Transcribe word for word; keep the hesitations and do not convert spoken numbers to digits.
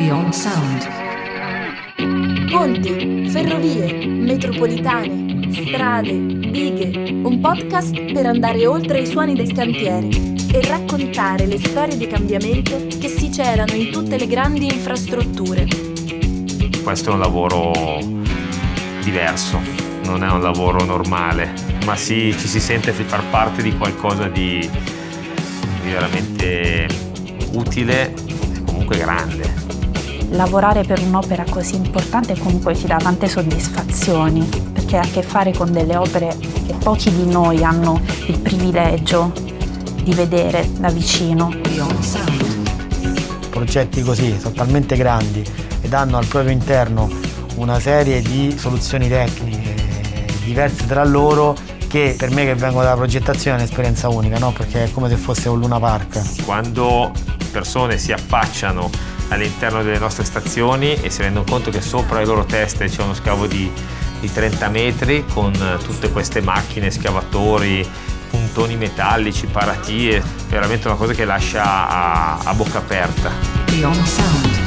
Beyond Sound. Ponti, ferrovie, metropolitane, strade, dighe, un podcast per andare oltre i suoni del cantiere e raccontare le storie di cambiamento che si celano in tutte le grandi infrastrutture. Questo è un lavoro diverso, non è un lavoro normale, ma sì, ci si sente di far parte di qualcosa di, di veramente utile e comunque grande. Lavorare per un'opera così importante comunque ci dà tante soddisfazioni, perché ha a che fare con delle opere che pochi di noi hanno il privilegio di vedere da vicino. Progetti così sono talmente grandi ed hanno al proprio interno una serie di soluzioni tecniche diverse tra loro che per me che vengo dalla progettazione è un'esperienza unica, no? Perché è come se fosse un Luna Park. Quando persone si affacciano all'interno delle nostre stazioni e si rendono conto che sopra le loro teste c'è uno scavo di, di trenta metri con tutte queste macchine, scavatori, puntoni metallici, paratie, veramente una cosa che lascia a, a bocca aperta. Beyond Sound.